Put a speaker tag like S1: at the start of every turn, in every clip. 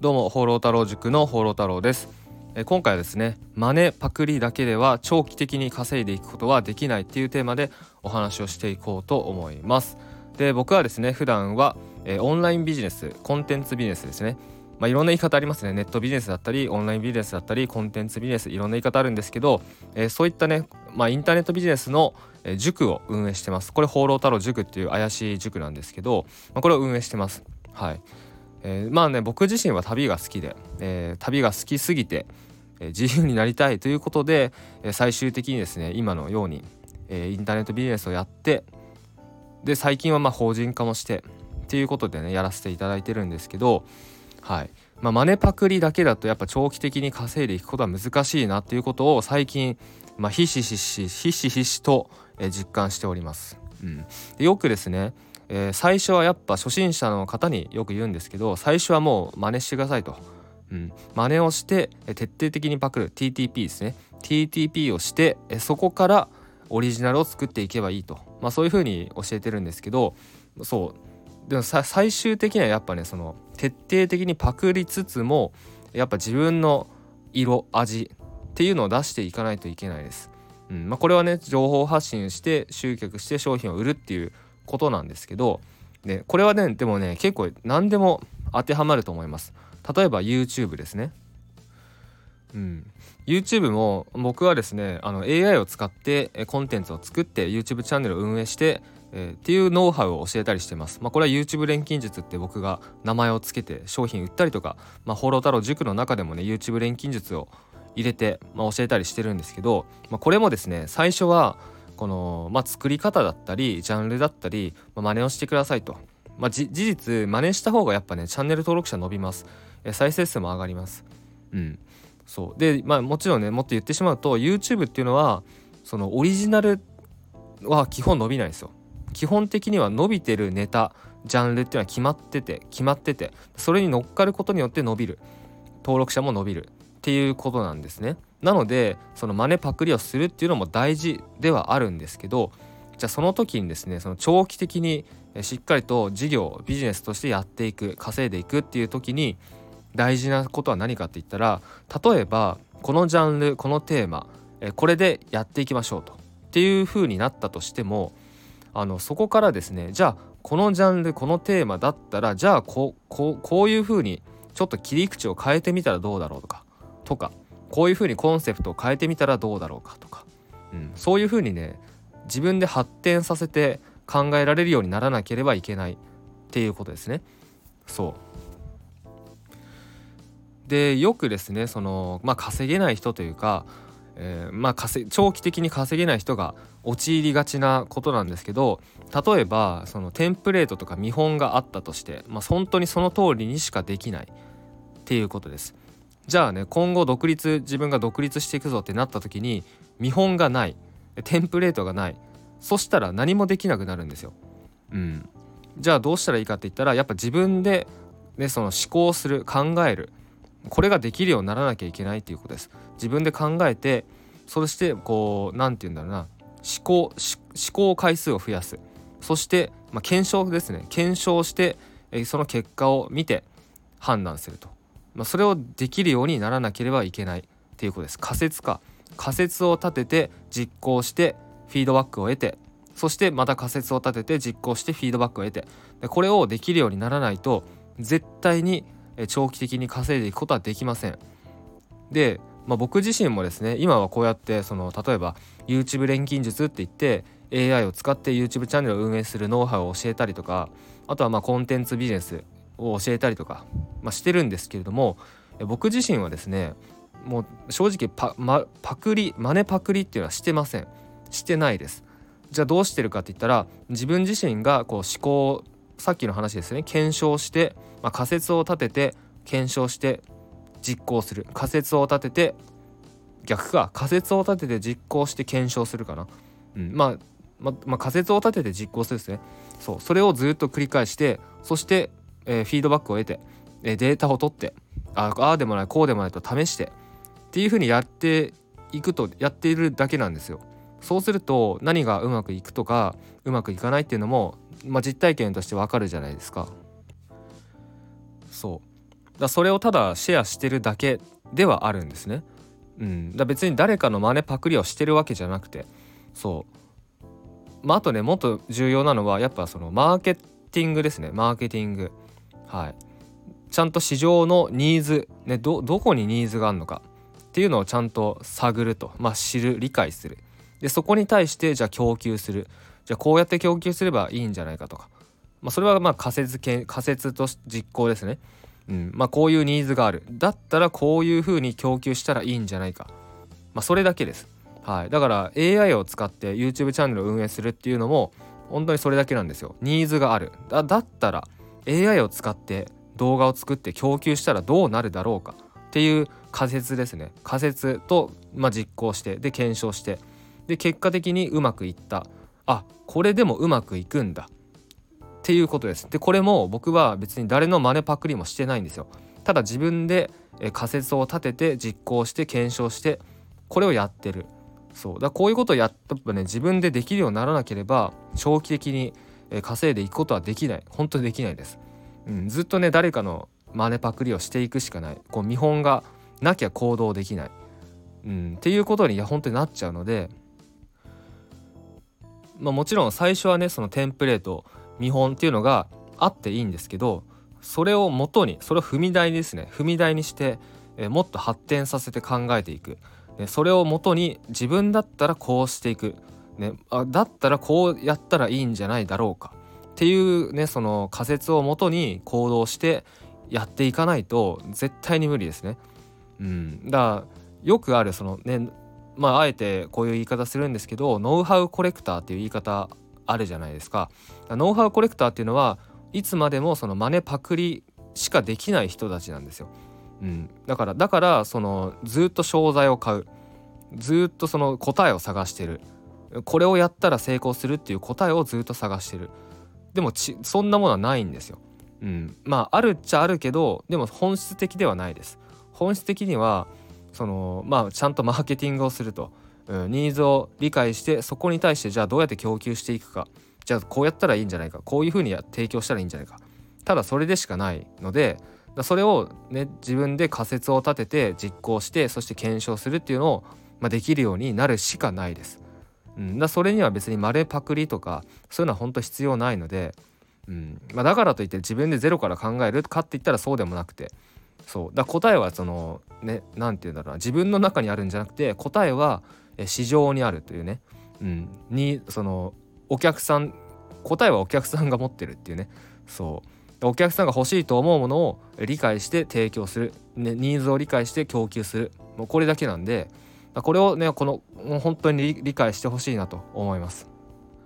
S1: どうも放浪太郎塾の放浪太郎です。今回はですね、マネパクリだけでは長期的に稼いでいくことはできないっていうテーマでお話をしていこうと思います。で、僕はですね普段は、オンラインビジネス、コンテンツビジネスですね。いろんな言い方ありますね。ネットビジネスだったりオンラインビジネスだったりコンテンツビジネス、いろんな言い方あるんですけど、そういったね、インターネットビジネスの塾を運営してます。これ放浪太郎塾っていう怪しい塾なんですけど、これを運営してます。はい。僕自身は旅が好きで、旅が好きすぎて、自由になりたいということで、最終的にですね今のように、インターネットビジネスをやって、で最近は法人化もしてっていうことでねやらせていただいてるんですけど、はい。マネパクリだけだとやっぱ長期的に稼いでいくことは難しいなっていうことを最近、ひしひしと、実感しております。でよくですね、最初はやっぱ初心者の方によく言うんですけど、最初はもう真似してくださいと。真似をして徹底的にパクる TTP ですね。 TTP をしてそこからオリジナルを作っていけばいいと、そういうふうに教えてるんですけど、そうでも最終的にはやっぱね、その徹底的にパクりつつもやっぱ自分の色味っていうのを出していかないといけないです。これはね情報発信して集客して商品を売るっていうことなんですけど、ね、これはねでもね結構何でも当てはまると思います。例えば YouTube ですね。YouTube も僕はですねAI を使ってコンテンツを作って YouTube チャンネルを運営して、っていうノウハウを教えたりしてます。これは YouTube 錬金術って僕が名前をつけて商品売ったりとか、放浪太郎塾の中でもね YouTube 錬金術を入れて、教えたりしてるんですけど、これもですね最初はこの、作り方だったりジャンルだったり、真似をしてくださいと。事実真似した方がやっぱねチャンネル登録者伸びます。再生数も上がります。そうで、もちろんねもっと言ってしまうと YouTube っていうのはそのオリジナルは基本伸びないんですよ。基本的には伸びてるネタジャンルっていうのは決まっててそれに乗っかることによって伸びる、登録者も伸びるっていうことなんですね。なのでその真似パクリをするっていうのも大事ではあるんですけど、じゃあその時にですねその長期的にしっかりと事業ビジネスとしてやっていく、稼いでいくっていう時に大事なことは何かって言ったら、例えばこのジャンルこのテーマこれでやっていきましょうとっていう風になったとしても、そこからですねじゃあこのジャンルこのテーマだったらじゃあこういう風にちょっと切り口を変えてみたらどうだろうとかこういう風にコンセプトを変えてみたらどうだろうかとか、そういう風にね自分で発展させて考えられるようにならなければいけないっていうことですね。でよくですねその、稼げない人というか、長期的に稼げない人が陥りがちなことなんですけど、例えばそのテンプレートとか見本があったとして、本当にその通りにしかできないっていうことです。じゃあね今後自分が独立していくぞってなった時に見本がない、テンプレートがない、そしたら何もできなくなるんですよ。じゃあどうしたらいいかって言ったらやっぱ自分で、その思考する考える、これができるようにならなきゃいけないっていうことです。自分で考えて、そしてこうなんて言うんだろうな、思考回数を増やす。そして、検証ですね。検証して、その結果を見て判断すると。それをできるようにならなければいけないっていうことです。仮説を立てて実行してフィードバックを得て、そしてまた仮説を立てて実行してフィードバックを得て、これをできるようにならないと絶対に長期的に稼いでいくことはできません。で、僕自身もですね今はこうやってその例えば YouTube 錬金術って言って AI を使って YouTube チャンネルを運営するノウハウを教えたりとか、あとはコンテンツビジネスを教えたりとか、してるんですけれども、僕自身はですねもう正直真似パクリっていうのはしてないです。じゃあどうしてるかって言ったら、自分自身がこう思考、さっきの話ですね、検証して、仮説を立てて検証して実行する、仮説を立てて仮説を立てて実行して検証するかな。仮説を立てて実行するですね。それをずっと繰り返して、そして、フィードバックを得て、データを取って、ああでもないこうでもないと試してっていう風にやっているだけなんですよ。そうすると何がうまくいくとかうまくいかないっていうのも、実体験としてわかるじゃないですか。 それをただシェアしてるだけではあるんですね。別に誰かの真似パクリをしてるわけじゃなくて、あとね、もっと重要なのはやっぱそのマーケティングですね。マーケティング、ちゃんと市場のニーズ、どこにニーズがあるのかっていうのをちゃんと探ると、知る、理解する。でそこに対してじゃあ供給する、じゃあこうやって供給すればいいんじゃないかとか、それは仮説と実行ですね。こういうニーズがある、だったらこういう風に供給したらいいんじゃないか、それだけです。だから AI を使って YouTube チャンネルを運営するっていうのも本当にそれだけなんですよ。ニーズがある、だったら AI を使って動画を作って供給したらどうなるだろうかっていう仮説ですね。仮説と、実行して、で検証して、で結果的にうまくいった、これでもうまくいくんだっていうことです。でこれも僕は別に誰の真似パクリもしてないんですよ。ただ自分で仮説を立てて実行して検証してこれをやってる。こういうことをやったらね、自分でできるようにならなければ長期的に稼いでいくことはできない。本当にできないです。ずっとね、誰かの真似パクリをしていくしかない。見本がなきゃ行動できない、っていうことに本当になっちゃうので、もちろん最初はね、そのテンプレート見本っていうのがあっていいんですけど、それを元に、それを踏み台ですね、踏み台にして、もっと発展させて考えていく、それを元に自分だったらこうしていく、だったらこうやったらいいんじゃないだろうかっていうね、その仮説を元に行動してやっていかないと絶対に無理ですね。だからよくあるそのね、あえてこういう言い方するんですけど、ノウハウコレクターっていう言い方あるじゃないですか。ノウハウコレクターっていうのはいつまでもその真似パクリしかできない人たちなんですよ。だからそのずっと商材を買う、ずっとその答えを探してる、これをやったら成功するっていう答えをずっと探してる。でもそんなものはないんですよ。あるっちゃあるけど、でも本質的ではないです。本質的にはそのちゃんとマーケティングをすると、ニーズを理解して、そこに対してじゃあどうやって供給していくか、じゃあこうやったらいいんじゃないか、こういうふうに提供したらいいんじゃないか、ただそれでしかないので、それをね、自分で仮説を立てて実行して、そして検証するっていうのを、できるようになるしかないです。それには別に真似パクリとかそういうのは本当必要ないので、だからといって自分でゼロから考えるかって言ったらそうでもなくて、答えはそのね、なんていうんだろうな、自分の中にあるんじゃなくて、答えは市場にあるというね、にそのお客さん、答えはお客さんが持ってるっていうね。お客さんが欲しいと思うものを理解して提供する、ニーズを理解して供給する、もうこれだけなんで、これをね、もう本当に理解してほしいなと思います。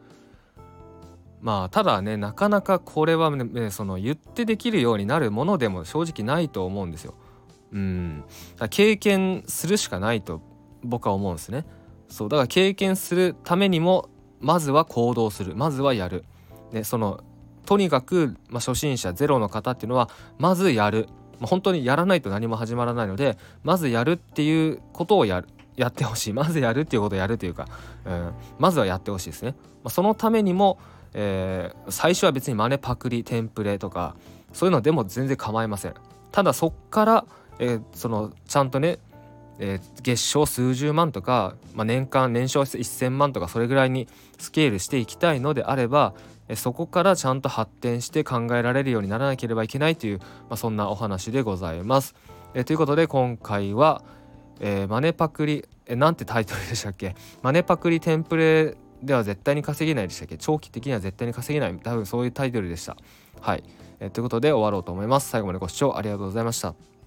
S1: ただね、なかなかこれはね、その言ってできるようになるものでも正直ないと思うんですよ。経験するしかないと僕は思うんですね。だから経験するためにもまずは行動する、まずはやる。とにかく、初心者ゼロの方っていうのはまずやる。本当にやらないと何も始まらないので、まずやるっていうことをやってほしい。まずやるっていうことをやるというか、まずはやってほしいですね。そのためにも、最初は別に真似パクリテンプレとかそういうのでも全然構いません。ただそっから、そのちゃんとね、月賞数十万とか、年商1000万とかそれぐらいにスケールしていきたいのであれば、そこからちゃんと発展して考えられるようにならなければいけないという、そんなお話でございます。ということで今回は、マネパクリ、なんてタイトルでしたっけ？マネパクリテンプレでは絶対に稼げないでしたっけ？長期的には絶対に稼げない、多分そういうタイトルでした。はい、ということで終わろうと思います。最後までご視聴ありがとうございました。